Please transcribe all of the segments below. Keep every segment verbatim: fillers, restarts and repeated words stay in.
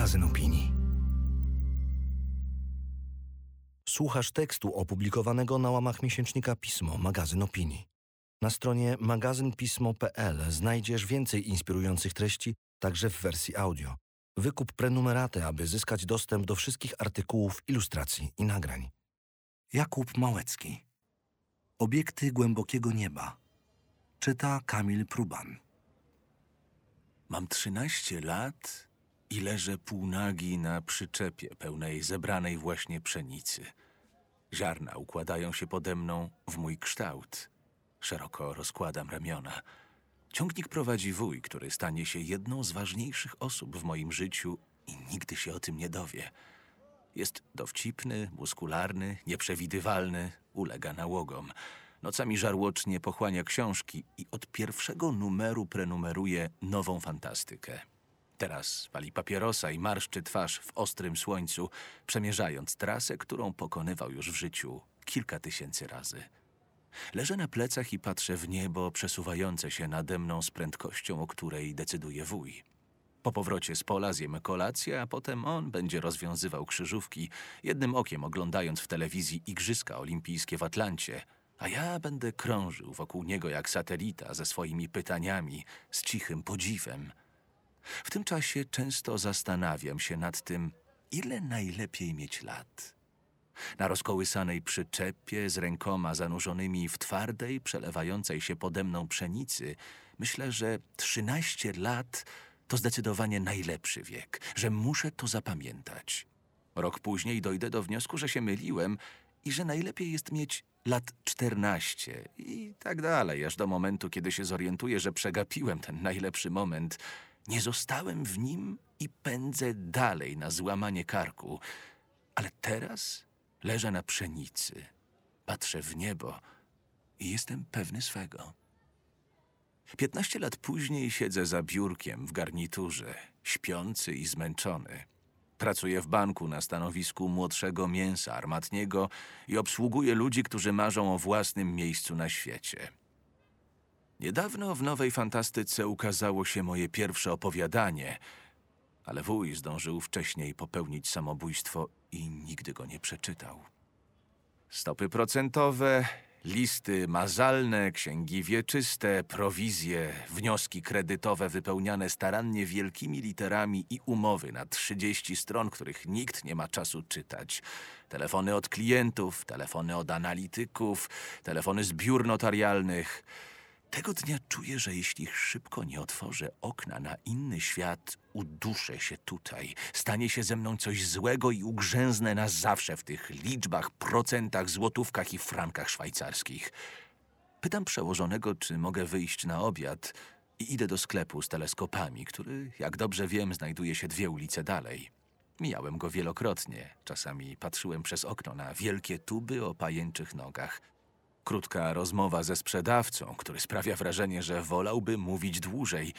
Magazyn Opinii. Słuchasz tekstu opublikowanego na łamach miesięcznika Pismo, Magazyn Opinii. Na stronie magazyn pismo kropka p l znajdziesz więcej inspirujących treści, także w wersji audio. Wykup prenumeraty, aby zyskać dostęp do wszystkich artykułów, ilustracji i nagrań. Jakub Małecki. Obiekty głębokiego nieba. Czyta Kamil Pruban. Mam trzynaście lat i leżę półnagi na przyczepie pełnej zebranej właśnie pszenicy. Ziarna układają się pode mną w mój kształt. Szeroko rozkładam ramiona. Ciągnik prowadzi wuj, który stanie się jedną z ważniejszych osób w moim życiu i nigdy się o tym nie dowie. Jest dowcipny, muskularny, nieprzewidywalny, ulega nałogom. Nocami żarłocznie pochłania książki i od pierwszego numeru prenumeruje nową fantastykę. Teraz pali papierosa i marszczy twarz w ostrym słońcu, przemierzając trasę, którą pokonywał już w życiu kilka tysięcy razy. Leżę na plecach i patrzę w niebo przesuwające się nade mną z prędkością, o której decyduje wuj. Po powrocie z pola zjemy kolację, a potem on będzie rozwiązywał krzyżówki, jednym okiem oglądając w telewizji Igrzyska Olimpijskie w Atlancie, a ja będę krążył wokół niego jak satelita ze swoimi pytaniami, z cichym podziwem. W tym czasie często zastanawiam się nad tym, ile najlepiej mieć lat. Na rozkołysanej przyczepie z rękoma zanurzonymi w twardej, przelewającej się pode mną pszenicy, myślę, że trzynaście lat to zdecydowanie najlepszy wiek, że muszę to zapamiętać. Rok później dojdę do wniosku, że się myliłem i że najlepiej jest mieć lat czternaście i tak dalej, aż do momentu, kiedy się zorientuję, że przegapiłem ten najlepszy moment. Nie zostałem w nim i pędzę dalej na złamanie karku. Ale teraz leżę na pszenicy, patrzę w niebo i jestem pewny swego. Piętnaście lat później siedzę za biurkiem w garniturze, śpiący i zmęczony. Pracuję w banku na stanowisku młodszego mięsa armatniego i obsługuję ludzi, którzy marzą o własnym miejscu na świecie. Niedawno w Nowej Fantastyce ukazało się moje pierwsze opowiadanie, ale wuj zdążył wcześniej popełnić samobójstwo i nigdy go nie przeczytał. Stopy procentowe, listy mazalne, księgi wieczyste, prowizje, wnioski kredytowe wypełniane starannie wielkimi literami i umowy na trzydzieści stron, których nikt nie ma czasu czytać. Telefony od klientów, telefony od analityków, telefony z biur notarialnych. Tego dnia czuję, że jeśli szybko nie otworzę okna na inny świat, uduszę się tutaj. Stanie się ze mną coś złego i ugrzęznę na zawsze w tych liczbach, procentach, złotówkach i frankach szwajcarskich. Pytam przełożonego, czy mogę wyjść na obiad i idę do sklepu z teleskopami, który, jak dobrze wiem, znajduje się dwie ulice dalej. Mijałem go wielokrotnie. Czasami patrzyłem przez okno na wielkie tuby o pajęczych nogach. Krótka rozmowa ze sprzedawcą, który sprawia wrażenie, że wolałby mówić dłużej.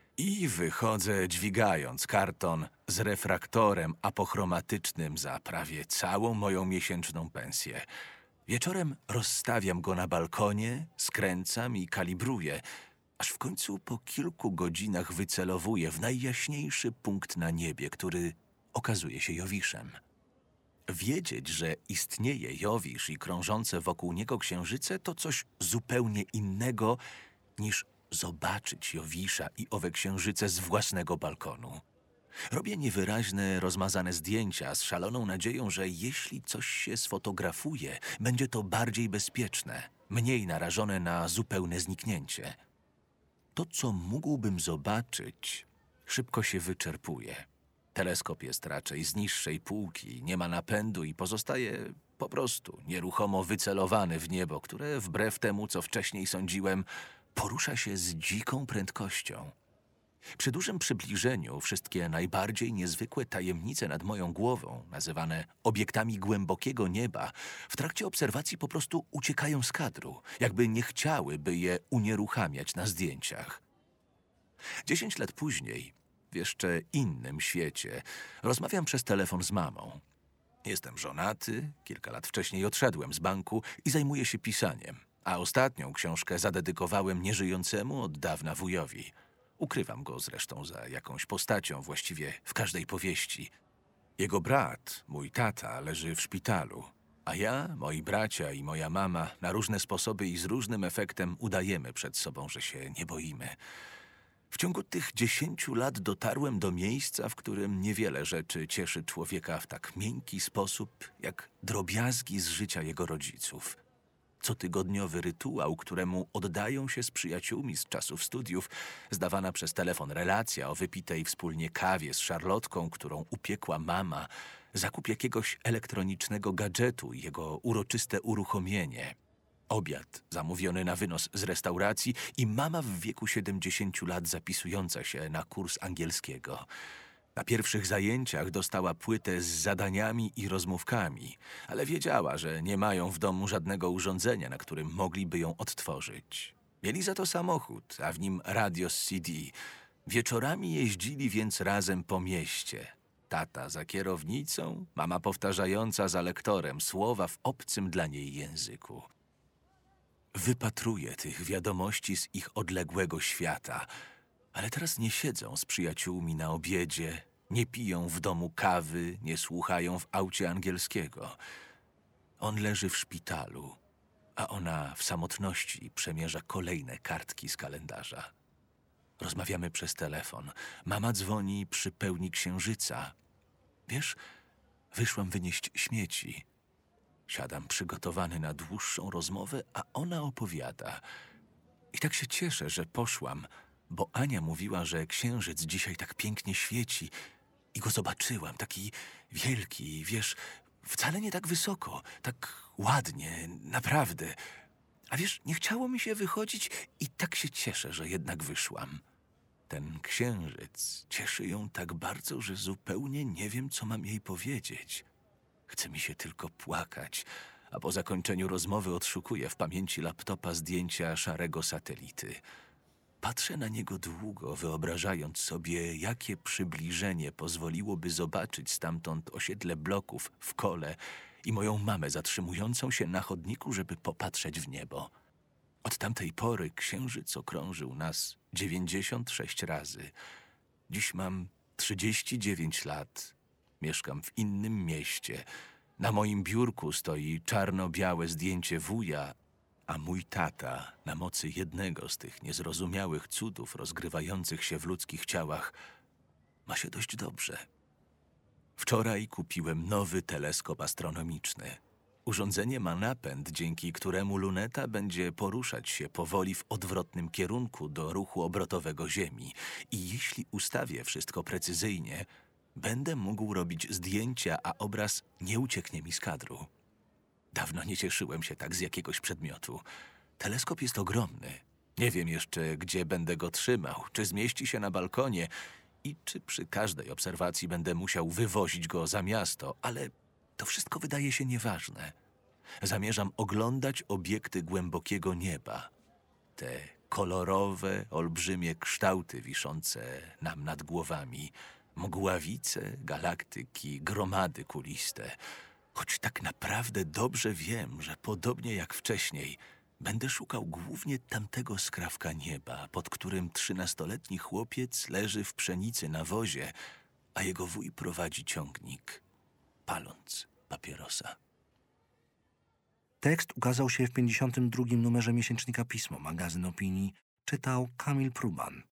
I wychodzę dźwigając karton z refraktorem apochromatycznym za prawie całą moją miesięczną pensję. Wieczorem rozstawiam go na balkonie, skręcam i kalibruję, aż w końcu po kilku godzinach wycelowuję w najjaśniejszy punkt na niebie, który okazuje się Jowiszem. Wiedzieć, że istnieje Jowisz i krążące wokół niego księżyce, to coś zupełnie innego niż zobaczyć Jowisza i owe księżyce z własnego balkonu. Robię niewyraźne, rozmazane zdjęcia z szaloną nadzieją, że jeśli coś się sfotografuje, będzie to bardziej bezpieczne, mniej narażone na zupełne zniknięcie. To, co mógłbym zobaczyć, szybko się wyczerpuje. Teleskop jest raczej z niższej półki, nie ma napędu i pozostaje po prostu nieruchomo wycelowany w niebo, które wbrew temu, co wcześniej sądziłem, porusza się z dziką prędkością. Przy dużym przybliżeniu wszystkie najbardziej niezwykłe tajemnice nad moją głową, nazywane obiektami głębokiego nieba, w trakcie obserwacji po prostu uciekają z kadru, jakby nie chciały, by je unieruchamiać na zdjęciach. Dziesięć lat później, w jeszcze innym świecie, rozmawiam przez telefon z mamą. Jestem żonaty, kilka lat wcześniej odszedłem z banku i zajmuję się pisaniem, a ostatnią książkę zadedykowałem nieżyjącemu od dawna wujowi. Ukrywam go zresztą za jakąś postacią właściwie w każdej powieści. Jego brat, mój tata, leży w szpitalu, a ja, moi bracia i moja mama na różne sposoby i z różnym efektem udajemy przed sobą, że się nie boimy. W ciągu tych dziesięciu lat dotarłem do miejsca, w którym niewiele rzeczy cieszy człowieka w tak miękki sposób, jak drobiazgi z życia jego rodziców. Cotygodniowy rytuał, któremu oddają się z przyjaciółmi z czasów studiów, zdawana przez telefon relacja o wypitej wspólnie kawie z szarlotką, którą upiekła mama, zakup jakiegoś elektronicznego gadżetu i jego uroczyste uruchomienie, obiad zamówiony na wynos z restauracji i mama w wieku siedemdziesięciu lat zapisująca się na kurs angielskiego. Na pierwszych zajęciach dostała płytę z zadaniami i rozmówkami, ale wiedziała, że nie mają w domu żadnego urządzenia, na którym mogliby ją odtworzyć. Mieli za to samochód, a w nim radio z C D. Wieczorami jeździli więc razem po mieście. Tata za kierownicą, mama powtarzająca za lektorem słowa w obcym dla niej języku. Wypatruję tych wiadomości z ich odległego świata, ale teraz nie siedzą z przyjaciółmi na obiedzie, nie piją w domu kawy, nie słuchają w aucie angielskiego. On leży w szpitalu, a ona w samotności przemierza kolejne kartki z kalendarza. Rozmawiamy przez telefon. Mama dzwoni przy pełni księżyca. Wiesz, wyszłam wynieść śmieci. Siadam przygotowany na dłuższą rozmowę, a ona opowiada. I tak się cieszę, że poszłam, bo Ania mówiła, że księżyc dzisiaj tak pięknie świeci i go zobaczyłam, taki wielki, wiesz, wcale nie tak wysoko, tak ładnie, naprawdę. A wiesz, nie chciało mi się wychodzić i tak się cieszę, że jednak wyszłam. Ten księżyc cieszy ją tak bardzo, że zupełnie nie wiem, co mam jej powiedzieć. Chce mi się tylko płakać, a po zakończeniu rozmowy odszukuję w pamięci laptopa zdjęcia szarego satelity. Patrzę na niego długo, wyobrażając sobie, jakie przybliżenie pozwoliłoby zobaczyć stamtąd osiedle bloków w kole i moją mamę zatrzymującą się na chodniku, żeby popatrzeć w niebo. Od tamtej pory księżyc okrążył nas dziewięćdziesiąt sześć razy. Dziś mam trzydzieści dziewięć lat. Mieszkam w innym mieście. Na moim biurku stoi czarno-białe zdjęcie wuja, a mój tata, na mocy jednego z tych niezrozumiałych cudów rozgrywających się w ludzkich ciałach, ma się dość dobrze. Wczoraj kupiłem nowy teleskop astronomiczny. Urządzenie ma napęd, dzięki któremu luneta będzie poruszać się powoli w odwrotnym kierunku do ruchu obrotowego Ziemi. I jeśli ustawię wszystko precyzyjnie, będę mógł robić zdjęcia, a obraz nie ucieknie mi z kadru. Dawno nie cieszyłem się tak z jakiegoś przedmiotu. Teleskop jest ogromny. Nie wiem jeszcze, gdzie będę go trzymał, czy zmieści się na balkonie i czy przy każdej obserwacji będę musiał wywozić go za miasto, ale to wszystko wydaje się nieważne. Zamierzam oglądać obiekty głębokiego nieba. Te kolorowe, olbrzymie kształty wiszące nam nad głowami, mgławice, galaktyki, gromady kuliste. Choć tak naprawdę dobrze wiem, że podobnie jak wcześniej, będę szukał głównie tamtego skrawka nieba, pod którym trzynastoletni chłopiec leży w pszenicy na wozie, a jego wuj prowadzi ciągnik, paląc papierosa. Tekst ukazał się w pięćdziesiątym drugim numerze miesięcznika Pismo, magazyn opinii. Czytał Kamil Pruban.